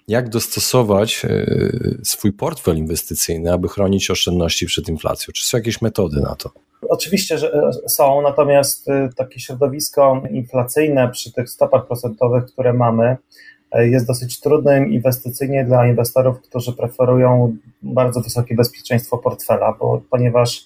jak dostosować swój portfel inwestycyjny, aby chronić oszczędności przed inflacją? Czy są jakieś metody na to? Oczywiście, że są, natomiast takie środowisko inflacyjne przy tych stopach procentowych, które mamy, jest dosyć trudnym inwestycyjnie dla inwestorów, którzy preferują bardzo wysokie bezpieczeństwo portfela, ponieważ...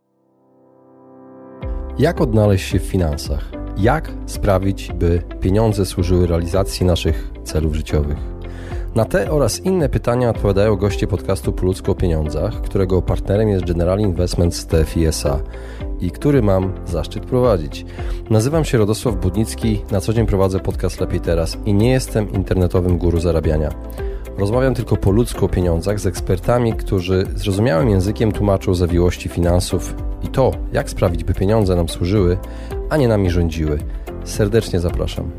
Jak odnaleźć się w finansach? Jak sprawić, by pieniądze służyły realizacji naszych celów życiowych? Na te oraz inne pytania odpowiadają goście podcastu Po ludzku o pieniądzach, którego partnerem jest Generali Investments TFI SA i który mam zaszczyt prowadzić. Nazywam się Radosław Budnicki, na co dzień prowadzę podcast Lepiej Teraz i nie jestem internetowym guru zarabiania. Rozmawiam tylko po ludzku o pieniądzach z ekspertami, którzy zrozumiałym językiem tłumaczą zawiłości finansów i to, jak sprawić, by pieniądze nam służyły, a nie nami rządziły. Serdecznie zapraszam.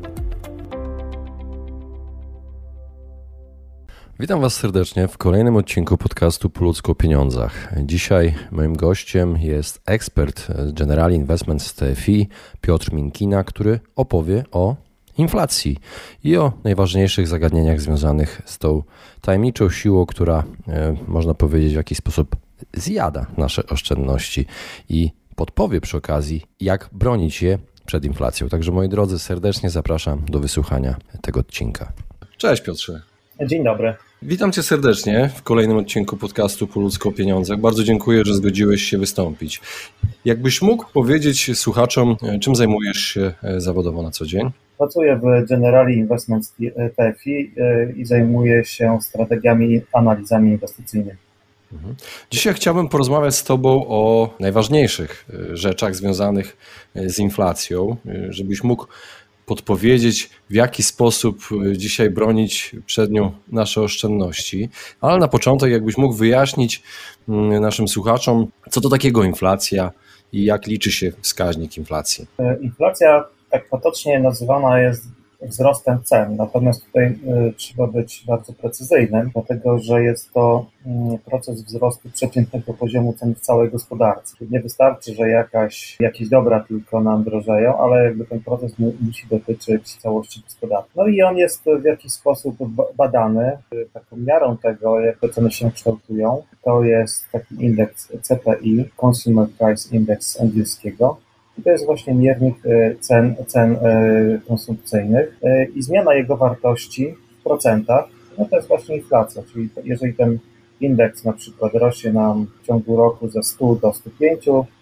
Witam Was serdecznie w kolejnym odcinku podcastu Po ludzku o pieniądzach. Dzisiaj moim gościem jest ekspert Generali Investments TFI Piotr Minkina, który opowie o inflacji i o najważniejszych zagadnieniach związanych z tą tajemniczą siłą, która można powiedzieć w jakiś sposób zjada nasze oszczędności i podpowie przy okazji, jak bronić je przed inflacją. Także moi drodzy, serdecznie zapraszam do wysłuchania tego odcinka. Cześć Piotrze. Dzień dobry. Witam Cię serdecznie w kolejnym odcinku podcastu Po ludzku o pieniądzach. Bardzo dziękuję, że zgodziłeś się wystąpić. Jakbyś mógł powiedzieć słuchaczom, czym zajmujesz się zawodowo na co dzień? Pracuję w Generali Investments TFI i zajmuję się strategiami i analizami inwestycyjnymi. Dzisiaj chciałbym porozmawiać z Tobą o najważniejszych rzeczach związanych z inflacją, żebyś mógł podpowiedzieć, w jaki sposób dzisiaj bronić przed nią nasze oszczędności. Ale na początek, jakbyś mógł wyjaśnić naszym słuchaczom, co to takiego inflacja i jak liczy się wskaźnik inflacji. Inflacja tak potocznie nazywana jest wzrostem cen, natomiast tutaj trzeba być bardzo precyzyjnym, dlatego że jest to proces wzrostu przeciętnego poziomu cen w całej gospodarce. Nie wystarczy, że jakieś dobra tylko nam drożeją, ale jakby ten proces musi dotyczyć całości gospodarki. No i on jest w jakiś sposób badany. Taką miarą tego, jak te ceny się kształtują, to jest taki indeks CPI, Consumer Price Index z angielskiego. I to jest właśnie miernik cen konsumpcyjnych i zmiana jego wartości w procentach, no to jest właśnie inflacja, czyli jeżeli ten indeks na przykład rośnie nam w ciągu roku ze 100 do 105,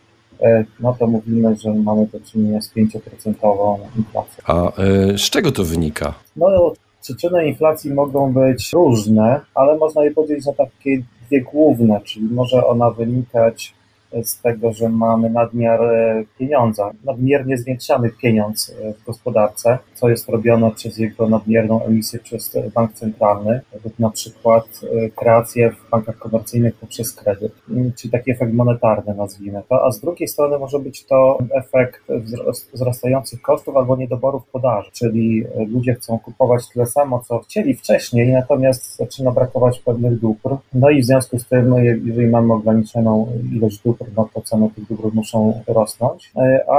no to mówimy, że mamy do czynienia z 5% inflacją. A z czego to wynika? No, przyczyny inflacji mogą być różne, ale można je podzielić na takie dwie główne, czyli może ona wynikać z tego, że mamy nadmiar pieniądza, nadmiernie zwiększamy pieniądz w gospodarce, co jest robione przez jego nadmierną emisję przez bank centralny, lub na przykład kreację w bankach komercyjnych poprzez kredyt, czyli taki efekt monetarny nazwijmy to, a z drugiej strony może być to efekt wzrastających kosztów albo niedoborów podaży, czyli ludzie chcą kupować tyle samo, co chcieli wcześniej, natomiast zaczyna brakować pewnych dóbr, no i w związku z tym, jeżeli mamy ograniczoną ilość dóbr, no to ceny tych dóbr muszą rosnąć,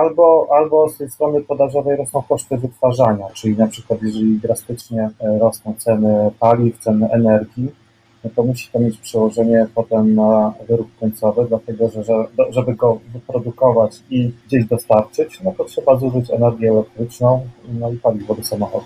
albo z tej strony podażowej rosną koszty wytwarzania, czyli na przykład jeżeli drastycznie rosną ceny paliw, ceny energii, no to musi to mieć przełożenie potem na wyrób końcowy, dlatego że żeby go wyprodukować i gdzieś dostarczyć, no to trzeba zużyć energię elektryczną, no i paliwo do samochodu.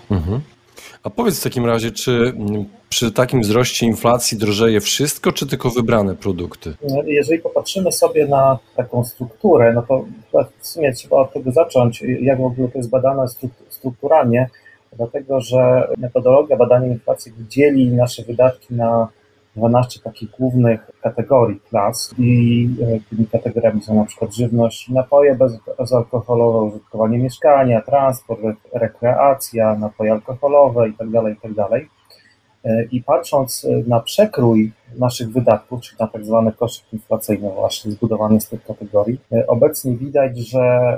A powiedz w takim razie, czy przy takim wzroście inflacji drożeje wszystko, czy tylko wybrane produkty? Jeżeli popatrzymy sobie na taką strukturę, no to w sumie trzeba od tego zacząć, jak w ogóle to jest badane strukturalnie, dlatego że metodologia badania inflacji dzieli nasze wydatki na 12 takich głównych kategorii klas i tymi kategoriami są na przykład żywność, napoje bezalkoholowe, użytkowanie mieszkania, transport, rekreacja, napoje alkoholowe itd. I patrząc na przekrój naszych wydatków, czyli na tak zwany koszyk inflacyjny właśnie zbudowany z tych kategorii, obecnie widać, że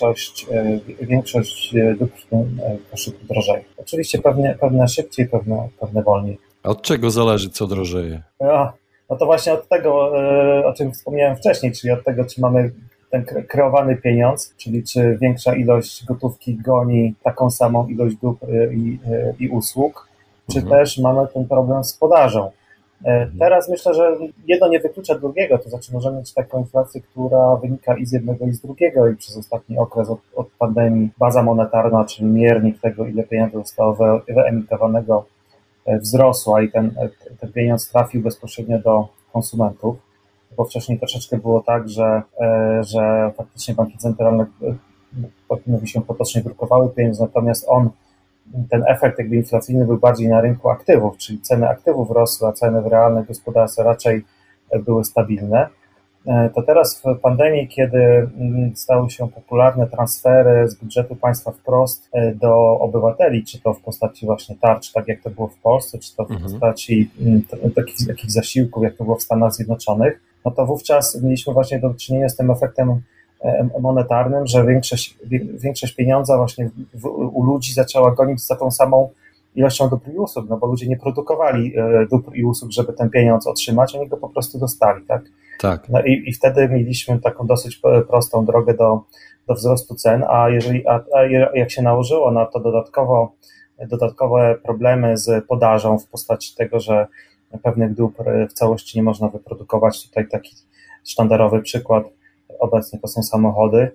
większość dóbr w tym koszyku drożeje. Oczywiście pewne szybciej, pewne wolniej. A od czego zależy, co drożeje? No to właśnie od tego, o czym wspomniałem wcześniej, czyli od tego, czy mamy ten kreowany pieniądz, czyli czy większa ilość gotówki goni taką samą ilość dóbr i usług, czy też mamy ten problem z podażą. Teraz myślę, że jedno nie wyklucza drugiego, to znaczy możemy mieć taką inflację, która wynika i z jednego, i z drugiego i przez ostatni okres od pandemii baza monetarna, czyli miernik tego, ile pieniędzy zostało wyemitowanego, wzrosła i ten pieniądz trafił bezpośrednio do konsumentów, bo wcześniej troszeczkę było tak, że faktycznie banki centralne, mówi się potocznie, drukowały pieniądze, natomiast ten efekt jakby inflacyjny był bardziej na rynku aktywów, czyli ceny aktywów rosły, a ceny w realnej gospodarce raczej były stabilne. To teraz w pandemii, kiedy stały się popularne transfery z budżetu państwa wprost do obywateli, czy to w postaci właśnie tarcz, tak jak to było w Polsce, czy to w postaci takich zasiłków, jak to było w Stanach Zjednoczonych, no to wówczas mieliśmy właśnie do czynienia z tym efektem monetarnym, że większość pieniądza właśnie u ludzi zaczęła gonić za tą samą ilością dóbr i usług, no bo ludzie nie produkowali dóbr i usług, żeby ten pieniądz otrzymać, oni go po prostu dostali, tak? Tak. No i wtedy mieliśmy taką dosyć prostą drogę do wzrostu cen, a jak się nałożyło na to dodatkowe problemy z podażą w postaci tego, że pewnych dóbr w całości nie można wyprodukować, tutaj taki sztandarowy przykład obecnie to są samochody,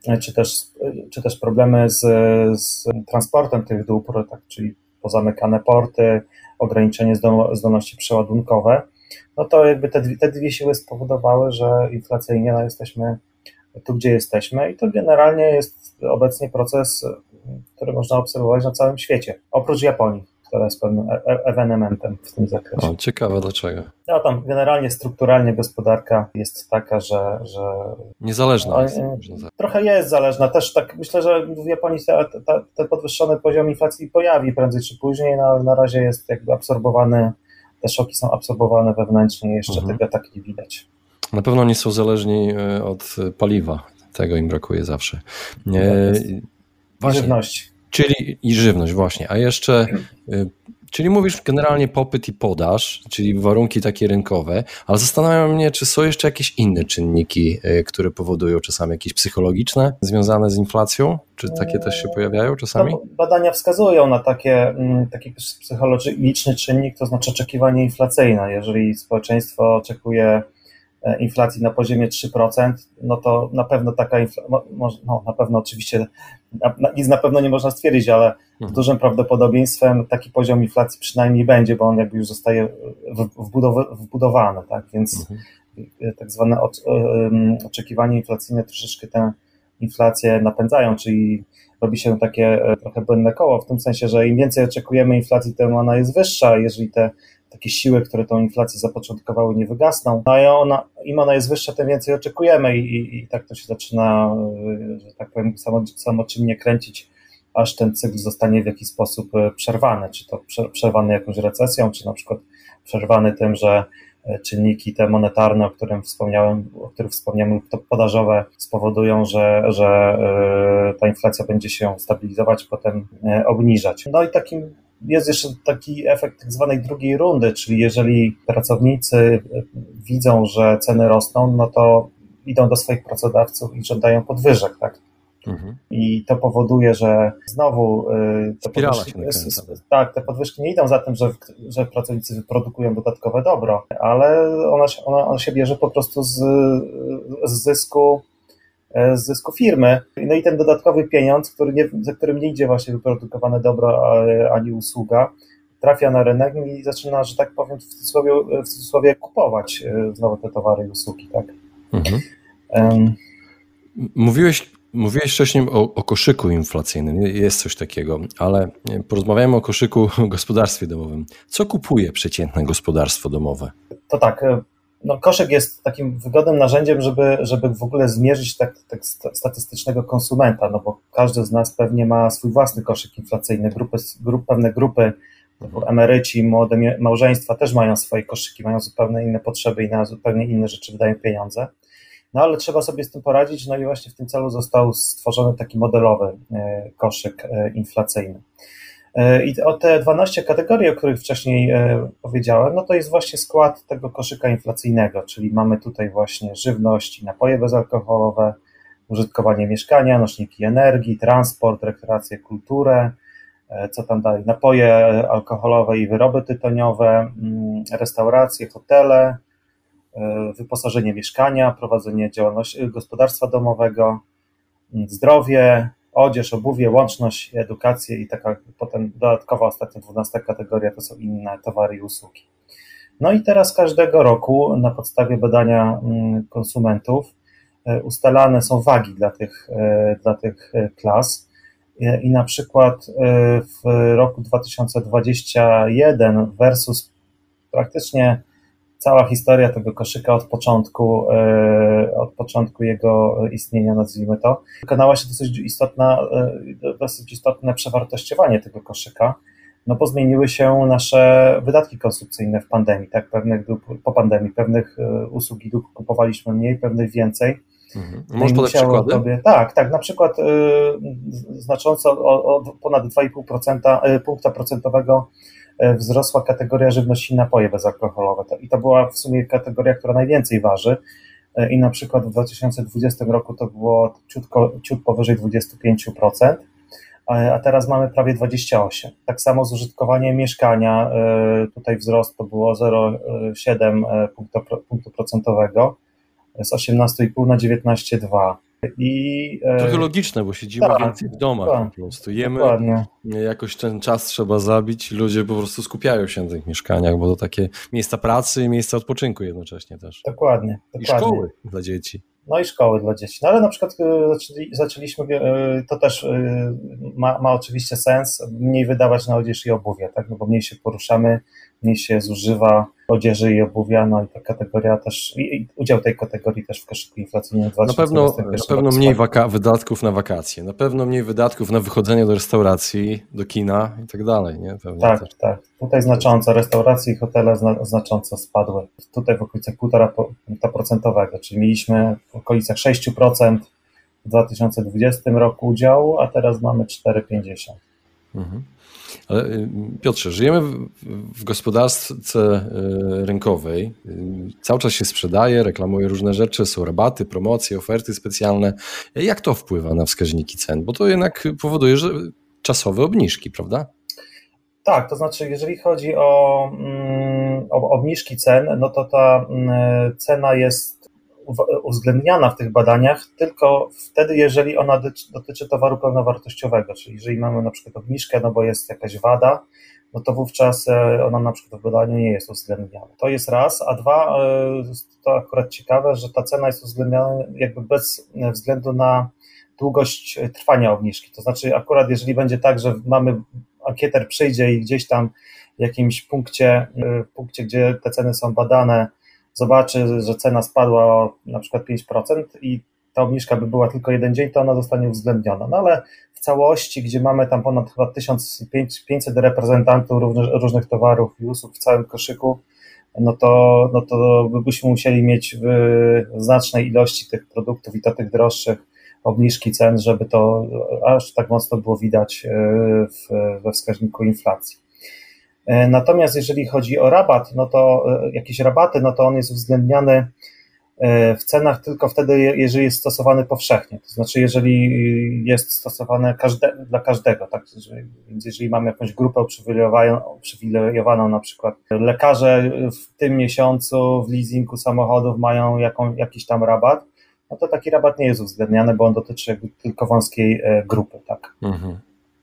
czy też problemy z transportem tych dóbr, tak, czyli pozamykane porty, ograniczenie zdolności przeładunkowe, no to jakby te dwie siły spowodowały, że inflacyjnie jesteśmy tu, gdzie jesteśmy i to generalnie jest obecnie proces, który można obserwować na całym świecie, oprócz Japonii, która jest pewnym ewenementem w tym zakresie. O, ciekawe dlaczego. No tam generalnie strukturalnie gospodarka jest taka, że niezależna jest. Trochę jest zależna. Też tak myślę, że w Japonii ten podwyższony poziom inflacji pojawi prędzej czy później, no, na razie jest jakby absorbowany, te szoki są absorbowane wewnętrznie, jeszcze tego tak nie widać. Na pewno nie są zależni od paliwa, tego im brakuje zawsze. Żywności. Czyli i żywność właśnie, a jeszcze, czyli mówisz generalnie popyt i podaż, czyli warunki takie rynkowe, ale zastanawiam mnie, czy są jeszcze jakieś inne czynniki, które powodują czasami jakieś psychologiczne, związane z inflacją, czy takie też się pojawiają czasami? No, badania wskazują na taki psychologiczny czynnik, to znaczy oczekiwanie inflacyjne. Jeżeli społeczeństwo oczekuje inflacji na poziomie 3%, no to na pewno taka na pewno oczywiście nic na pewno nie można stwierdzić, ale z dużym prawdopodobieństwem taki poziom inflacji przynajmniej będzie, bo on jakby już zostaje wbudowany, tak, więc tak zwane oczekiwania inflacyjne troszeczkę tę inflację napędzają, czyli robi się takie trochę błędne koło, w tym sensie, że im więcej oczekujemy inflacji, tym ona jest wyższa, jeżeli te takie siły, które tą inflację zapoczątkowały, nie wygasną, no i im ona jest wyższa, tym więcej oczekujemy i tak to się zaczyna, że tak powiem, samoczynnie kręcić, aż ten cykl zostanie w jakiś sposób przerwany, czy to przerwany jakąś recesją, czy na przykład przerwany tym, że czynniki te monetarne, o których wspomniałem, to podażowe spowodują, że ta inflacja będzie się stabilizować, potem obniżać. No i jest jeszcze taki efekt tak zwanej drugiej rundy, czyli jeżeli pracownicy widzą, że ceny rosną, no to idą do swoich pracodawców i żądają podwyżek, tak? I to powoduje, że znowu te podwyżki nie idą za tym, że pracownicy wyprodukują dodatkowe dobro, ale ona się bierze po prostu z zysku firmy. No i ten dodatkowy pieniądz, za którym nie idzie właśnie wyprodukowane dobro ani usługa, trafia na rynek i zaczyna, że tak powiem, w cudzysłowie kupować znowu te towary i usługi. Tak? Mówiłeś wcześniej o koszyku inflacyjnym, jest coś takiego, ale porozmawiajmy o koszyku w gospodarstwie domowym. Co kupuje przeciętne gospodarstwo domowe? To tak, no koszyk jest takim wygodnym narzędziem, żeby w ogóle zmierzyć tak statystycznego konsumenta, no bo każdy z nas pewnie ma swój własny koszyk inflacyjny, pewne grupy, emeryci, młode małżeństwa też mają swoje koszyki, mają zupełnie inne potrzeby i na zupełnie inne rzeczy wydają pieniądze. No ale trzeba sobie z tym poradzić, no i właśnie w tym celu został stworzony taki modelowy koszyk inflacyjny. I o te 12 kategorii, o których wcześniej powiedziałem, no to jest właśnie skład tego koszyka inflacyjnego, czyli mamy tutaj właśnie żywność i napoje bezalkoholowe, użytkowanie mieszkania, nośniki energii, transport, rekreację, kulturę, Co tam dalej? Napoje alkoholowe i wyroby tytoniowe, restauracje, hotele, wyposażenie mieszkania, prowadzenie działalności gospodarstwa domowego, zdrowie, odzież, obuwie, łączność, edukację i taka potem dodatkowa ostatnia 12 kategoria to są inne towary i usługi. No i teraz każdego roku na podstawie badania konsumentów ustalane są wagi dla tych klas i na przykład w roku 2021 versus praktycznie cała historia tego koszyka od początku jego istnienia, nazwijmy to, wykonała się dosyć istotne przewartościowanie tego koszyka, no bo zmieniły się nasze wydatki konsumpcyjne w pandemii, tak, po pandemii, pewnych usług i dóbr kupowaliśmy mniej, pewnych więcej. Możesz podać przykłady? Tak, na przykład znacząco o ponad 2,5% punkta procentowego wzrosła kategoria żywności i napoje bezalkoholowe. I to była w sumie kategoria, która najwięcej waży i na przykład w 2020 roku to było ciut powyżej 25%, a teraz mamy prawie 28%. Tak samo zużytkowanie mieszkania, tutaj wzrost to było 0,7 punktu procentowego, z 18,5 na 19,2. Trochę logiczne, bo siedzimy więcej w domach po prostu. Jemy, jakoś ten czas trzeba zabić, ludzie po prostu skupiają się na tych mieszkaniach, bo to takie miejsca pracy i miejsca odpoczynku jednocześnie też. Dokładnie. I szkoły dla dzieci. No i szkoły dla dzieci. No ale na przykład zaczęliśmy, to też ma oczywiście sens, mniej wydawać na odzież i obuwie, tak? No bo mniej się poruszamy, mniej się zużywa odzieży i obuwia, no i ta kategoria też, i udział tej kategorii też w koszyku inflacyjnym 2021 Na pewno mniej wydatków na wakacje, na pewno mniej wydatków na wychodzenie do restauracji, do kina i tak dalej, nie? Pewnie tak, też. tak. Tutaj znacząco, restauracje i hotele znacząco spadły. Tutaj w okolicach 1,5%, czyli mieliśmy w okolicach 6% w 2020 roku udziału, a teraz mamy 4,50%. Mhm. Ale Piotrze, żyjemy w gospodarce rynkowej, cały czas się sprzedaje, reklamuje różne rzeczy, są rabaty, promocje, oferty specjalne. Jak to wpływa na wskaźniki cen? Bo to jednak powoduje, że czasowe obniżki, prawda? Tak, to znaczy jeżeli chodzi o obniżki cen, no to ta cena jest uwzględniana w tych badaniach tylko wtedy, jeżeli ona dotyczy towaru pełnowartościowego, czyli jeżeli mamy na przykład obniżkę, no bo jest jakaś wada, no to wówczas ona na przykład w badaniu nie jest uwzględniana. To jest raz, a dwa, to akurat ciekawe, że ta cena jest uwzględniana jakby bez względu na długość trwania obniżki. To znaczy akurat jeżeli będzie tak, że ankieter przyjdzie i gdzieś tam w jakimś punkcie, gdzie te ceny są badane, zobaczy, że cena spadła o na przykład 5% i ta obniżka by była tylko jeden dzień, to ona zostanie uwzględniona. No ale w całości, gdzie mamy tam ponad chyba 1500 reprezentantów różnych towarów i usług w całym koszyku, no to byśmy musieli mieć w znacznej ilości tych produktów i to tych droższych obniżki cen, żeby to aż tak mocno było widać we wskaźniku inflacji. Natomiast jeżeli chodzi o rabat, no to jakieś rabaty, no to on jest uwzględniany w cenach tylko wtedy, jeżeli jest stosowany powszechnie, to znaczy jeżeli jest stosowane dla każdego, tak? Więc jeżeli mamy jakąś grupę uprzywilejowaną, na przykład lekarze w tym miesiącu w leasingu samochodów mają jakiś tam rabat, no to taki rabat nie jest uwzględniany, bo on dotyczy jakby tylko wąskiej grupy, tak? Mhm.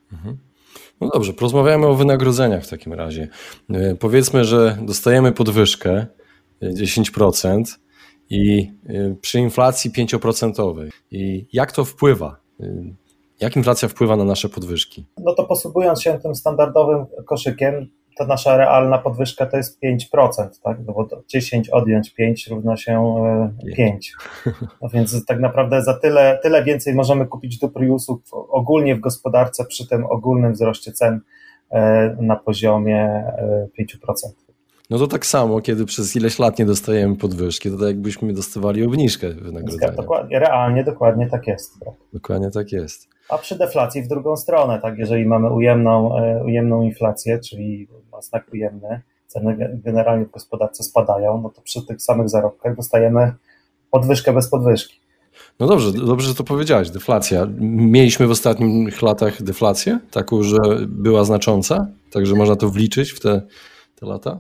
No dobrze, porozmawiamy o wynagrodzeniach w takim razie. Powiedzmy, że dostajemy podwyżkę 10% i przy inflacji 5%. I jak to wpływa? Jak inflacja wpływa na nasze podwyżki? No to posługując się tym standardowym koszykiem, to nasza realna podwyżka to jest 5%, tak? No bo 10 odjąć 5 równa się 5. No więc tak naprawdę za tyle więcej możemy kupić dóbr i usług ogólnie w gospodarce przy tym ogólnym wzroście cen na poziomie 5%. No to tak samo, kiedy przez ileś lat nie dostajemy podwyżki, to tak jakbyśmy dostawali obniżkę wynagrodzenia. Realnie dokładnie tak jest. Tak? Dokładnie tak jest. A przy deflacji w drugą stronę, tak, jeżeli mamy ujemną inflację, czyli znak ujemny, ceny generalnie w gospodarce spadają, no to przy tych samych zarobkach dostajemy podwyżkę bez podwyżki. No dobrze, że to powiedziałeś, deflacja. Mieliśmy w ostatnich latach deflację, taką, że była znacząca, także można to wliczyć w te lata?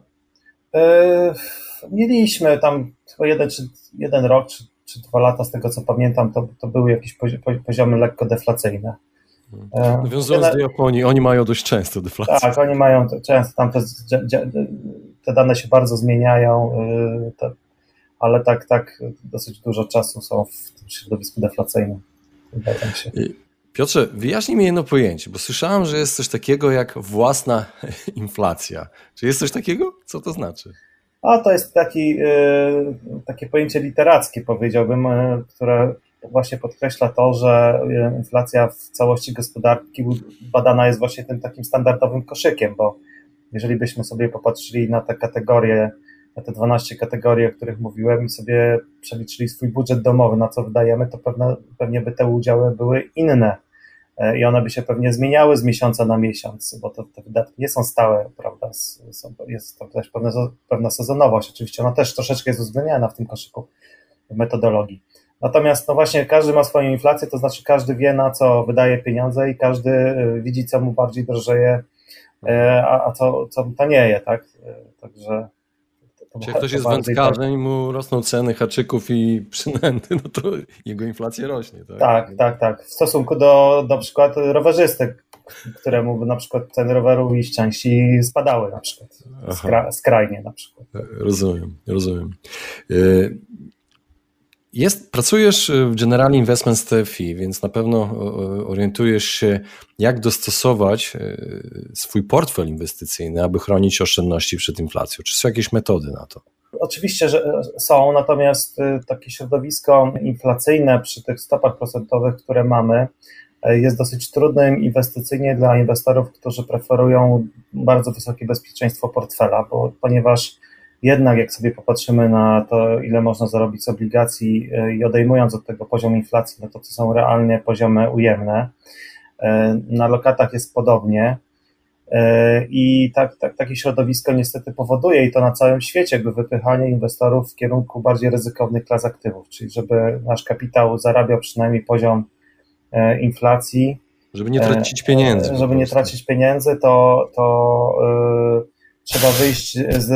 Mieliśmy tam chyba jeden rok czy 2 lata, z tego co pamiętam, to były jakieś poziomy lekko deflacyjne. Nawiązując do Japonii, oni mają dość często deflację. Tak, oni mają często, tam te dane się bardzo zmieniają, ale tak dosyć dużo czasu są w tym środowisku deflacyjnym. Wydaje mi się. Piotrze, wyjaśnij mi jedno pojęcie, bo słyszałem, że jest coś takiego jak własna inflacja. Czy jest coś takiego? Co to znaczy? A to jest takie pojęcie literackie, powiedziałbym, które właśnie podkreśla to, że inflacja w całości gospodarki badana jest właśnie tym takim standardowym koszykiem, bo jeżeli byśmy sobie popatrzyli na te kategorie, na te 12 kategorii, o których mówiłem i sobie przeliczyli swój budżet domowy, na co wydajemy, to pewnie by te udziały były inne i one by się pewnie zmieniały z miesiąca na miesiąc, bo te wydatki nie są stałe, prawda, jest to też pewna sezonowość, oczywiście ona też troszeczkę jest uwzględniana w tym koszyku metodologii. Natomiast no właśnie każdy ma swoją inflację, to znaczy każdy wie, na co wydaje pieniądze i każdy widzi, co mu bardziej drożeje, a co mu tanieje, tak? Także Czy jak ktoś jest wędkarzem i mu rosną ceny haczyków i przynęty, no to jego inflacja rośnie, tak? Tak. W stosunku do przykład rowerzysty, któremu na przykład ceny roweru i części spadały na przykład, skrajnie na przykład. Rozumiem. Pracujesz w General Investments TFI, więc na pewno orientujesz się, jak dostosować swój portfel inwestycyjny, aby chronić oszczędności przed inflacją. Czy są jakieś metody na to? Oczywiście, że są, natomiast takie środowisko inflacyjne przy tych stopach procentowych, które mamy, jest dosyć trudnym inwestycyjnie dla inwestorów, którzy preferują bardzo wysokie bezpieczeństwo portfela, ponieważ jednak jak sobie popatrzymy na to, ile można zarobić z obligacji i odejmując od tego poziom inflacji, no to są realnie poziomy ujemne. Na lokatach jest podobnie i takie środowisko niestety powoduje, i to na całym świecie, wypychanie inwestorów w kierunku bardziej ryzykownych klas aktywów, czyli żeby nasz kapitał zarabiał przynajmniej poziom inflacji. Żeby nie tracić pieniędzy. Żeby nie tracić pieniędzy, to trzeba wyjść z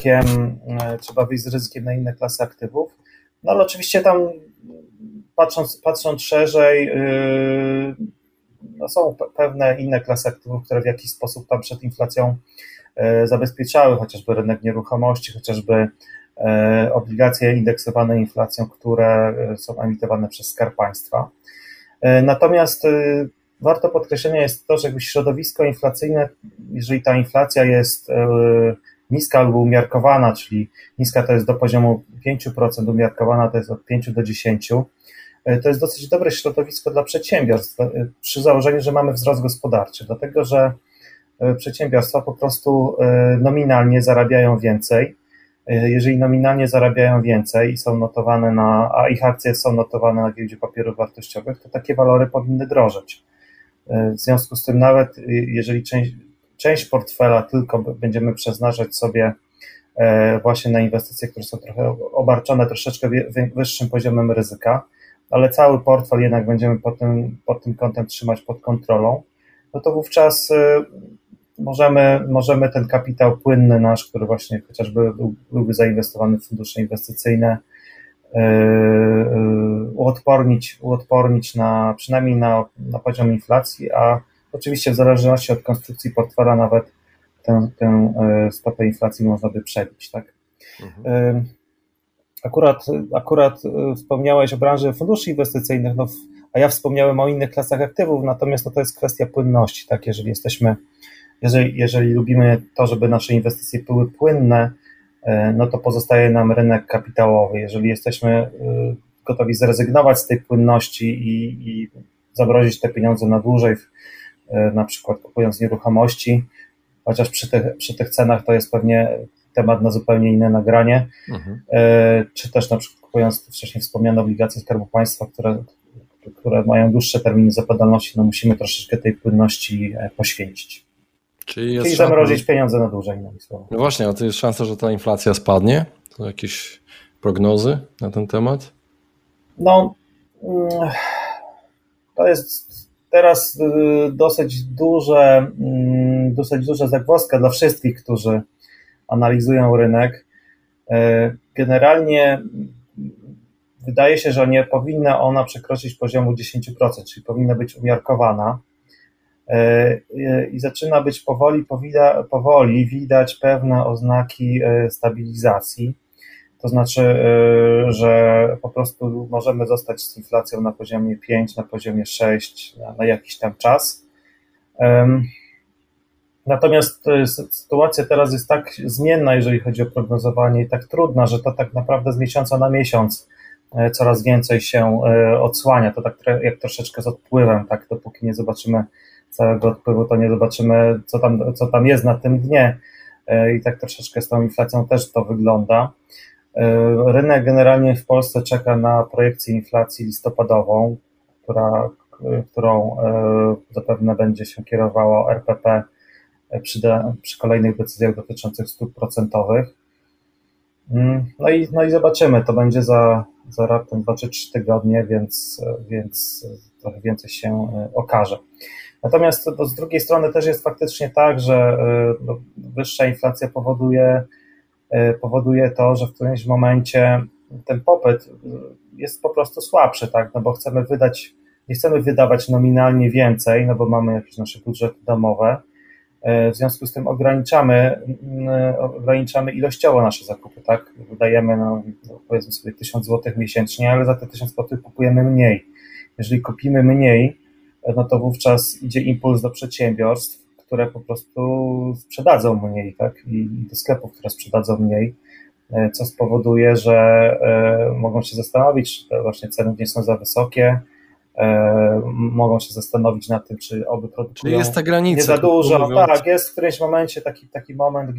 ryzykiem na inne klasy aktywów. No ale oczywiście tam patrząc szerzej, no są pewne inne klasy aktywów, które w jakiś sposób tam przed inflacją zabezpieczały, chociażby rynek nieruchomości, chociażby obligacje indeksowane inflacją, które są emitowane przez Skarb Państwa. Natomiast warto podkreślenia jest to, że jakby środowisko inflacyjne, jeżeli ta inflacja jest niska albo umiarkowana, czyli niska to jest do poziomu 5%, umiarkowana to jest od 5 do 10%, to jest dosyć dobre środowisko dla przedsiębiorstw, przy założeniu, że mamy wzrost gospodarczy, dlatego że przedsiębiorstwa po prostu nominalnie zarabiają więcej. Jeżeli nominalnie zarabiają więcej i są notowane a ich akcje są notowane na giełdzie papierów wartościowych, to takie walory powinny drożeć. W związku z tym nawet jeżeli część portfela tylko będziemy przeznaczać sobie właśnie na inwestycje, które są trochę obarczone troszeczkę wyższym poziomem ryzyka, ale cały portfel jednak będziemy pod tym kątem trzymać pod kontrolą, no to wówczas możemy ten kapitał płynny nasz, który właśnie chociażby byłby zainwestowany w fundusze inwestycyjne, uodpornić przynajmniej na poziom inflacji, a oczywiście w zależności od konstrukcji portfela nawet tę stopę inflacji można by przebić, tak? Mhm. Akurat wspomniałeś o branży funduszy inwestycyjnych, no, a ja wspomniałem o innych klasach aktywów, natomiast no, to jest kwestia płynności, tak? Jeżeli lubimy to, żeby nasze inwestycje były płynne, no to pozostaje nam rynek kapitałowy. Jeżeli jesteśmy gotowi zrezygnować z tej płynności i zamrozić te pieniądze na dłużej, na przykład kupując nieruchomości, chociaż przy tych cenach to jest pewnie temat na zupełnie inne nagranie, czy też na przykład kupując wcześniej wspomniane obligacje Skarbu Państwa, które mają dłuższe terminy zapadalności, no musimy troszeczkę tej płynności poświęcić. Czyli zamrozić pieniądze na dłużej. No właśnie, a to jest szansa, że ta inflacja spadnie? Są jakieś prognozy na ten temat? No, To jest teraz dosyć duża zagwozdka dla wszystkich, którzy analizują rynek. Generalnie wydaje się, że nie powinna ona przekroczyć poziomu 10%, czyli powinna być umiarkowana i zaczyna być powoli widać pewne oznaki stabilizacji. To znaczy, że po prostu możemy zostać z inflacją na poziomie 5, na poziomie 6 na jakiś tam czas. Natomiast sytuacja teraz jest tak zmienna, jeżeli chodzi o prognozowanie, i tak trudna, że to tak naprawdę z miesiąca na miesiąc coraz więcej się odsłania. To tak jak troszeczkę z odpływem, tak, dopóki nie zobaczymy całego odpływu, to nie zobaczymy, co tam jest na tym dnie. I tak troszeczkę z tą inflacją też to wygląda. Rynek generalnie w Polsce czeka na projekcję inflacji listopadową, którą zapewne będzie się kierowało RPP przy kolejnych decyzjach dotyczących stóp procentowych. No i zobaczymy, to będzie za raptem 2 czy 3 tygodnie, więc trochę więcej się okaże. Natomiast z drugiej strony też jest faktycznie tak, że wyższa inflacja powoduje to, że w którymś momencie ten popyt jest po prostu słabszy, tak? No bo nie chcemy wydawać nominalnie więcej, no bo mamy jakieś nasze budżety domowe. W związku z tym ograniczamy ilościowo nasze zakupy, tak? Wydajemy, powiedzmy sobie 1000 zł miesięcznie, ale za te 1000 zł kupujemy mniej. Jeżeli kupimy mniej, no to wówczas idzie impuls do przedsiębiorstw, które po prostu sprzedadzą mniej, tak? I do sklepów, które sprzedadzą mniej, co spowoduje, że mogą się zastanowić, czy te właśnie ceny nie są za wysokie, mogą się zastanowić nad tym, czy oby produkują czyli jest ta granica, nie za dużo. Tak, jest w którymś momencie taki moment,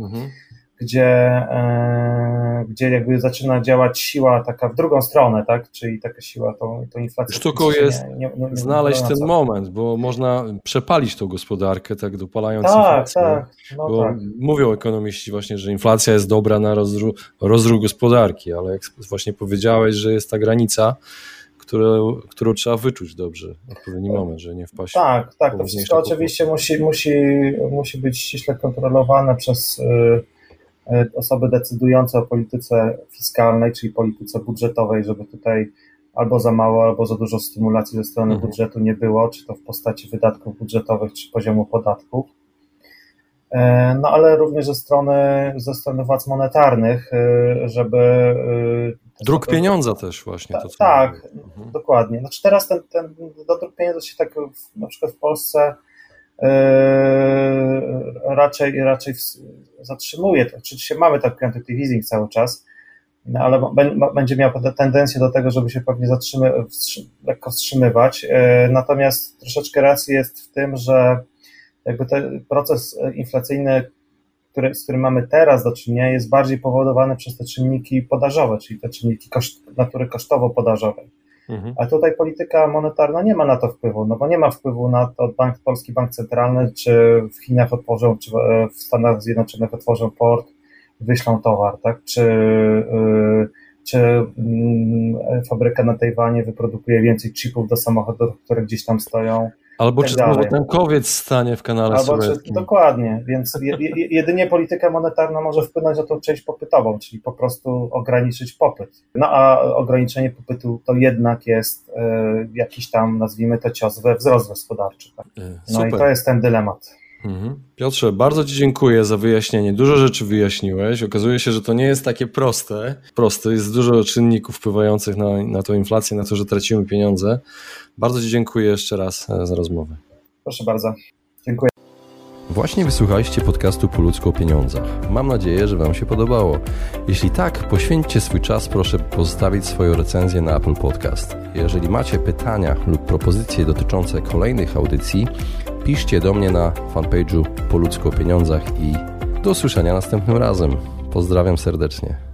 gdzie jakby zaczyna działać siła taka w drugą stronę, tak? Czyli taka siła, to inflacja. Sztuką jest znaleźć ten moment, bo można przepalić tą gospodarkę, tak dopalając inflację. Tak. Mówią ekonomiści właśnie, że inflacja jest dobra na rozruch gospodarki, ale jak właśnie powiedziałeś, że jest ta granica, którą trzeba wyczuć dobrze w odpowiedni moment, że nie wpaść. Tak, to wszystko oczywiście musi być ściśle kontrolowane przez osoby decydujące o polityce fiskalnej, czyli polityce budżetowej, żeby tutaj albo za mało, albo za dużo stymulacji ze strony budżetu nie było, czy to w postaci wydatków budżetowych, czy poziomu podatków. No ale również ze strony władz monetarnych, żeby... Druk pieniądza też właśnie. Tak, dokładnie. Znaczy teraz ten dodruk pieniądza się tak na przykład w Polsce raczej zatrzymuje. Oczywiście mamy taki quantitative easing cały czas, ale będzie miał tendencję do tego, żeby się pewnie lekko wstrzymywać. Natomiast troszeczkę racji jest w tym, że jakby ten proces inflacyjny, z którym mamy teraz do czynienia, jest bardziej powodowany przez te czynniki podażowe, czyli te czynniki natury kosztowo-podażowej. A tutaj polityka monetarna nie ma na to wpływu, no bo nie ma wpływu na to Polski Bank Centralny, czy w Chinach otworzą, czy w Stanach Zjednoczonych otworzą port, wyślą towar, tak? Czy fabryka na Tajwanie wyprodukuje więcej chipów do samochodów, które gdzieś tam stoją. Albo czy znowu tankowiec stanie w kanale Suezkim. Dokładnie, więc jedynie polityka monetarna może wpłynąć na tą część popytową, czyli po prostu ograniczyć popyt. No a ograniczenie popytu to jednak jest jakiś tam, nazwijmy to, cios we wzrost gospodarczy. Tak? No i to jest ten dylemat. Piotrze, bardzo Ci dziękuję za wyjaśnienie. Dużo rzeczy wyjaśniłeś. Okazuje się, że to nie jest takie proste. Jest dużo czynników wpływających na tą inflację, na to, że tracimy pieniądze. Bardzo Ci dziękuję jeszcze raz za rozmowę. Proszę bardzo. Dziękuję. Właśnie wysłuchaliście podcastu Po ludzku o pieniądzach. Mam nadzieję, że Wam się podobało. Jeśli tak, poświęćcie swój czas, proszę pozostawić swoją recenzję na Apple Podcast. Jeżeli macie pytania lub propozycje dotyczące kolejnych audycji, piszcie do mnie na fanpage'u Po ludzku o pieniądzach i do usłyszenia następnym razem. Pozdrawiam serdecznie.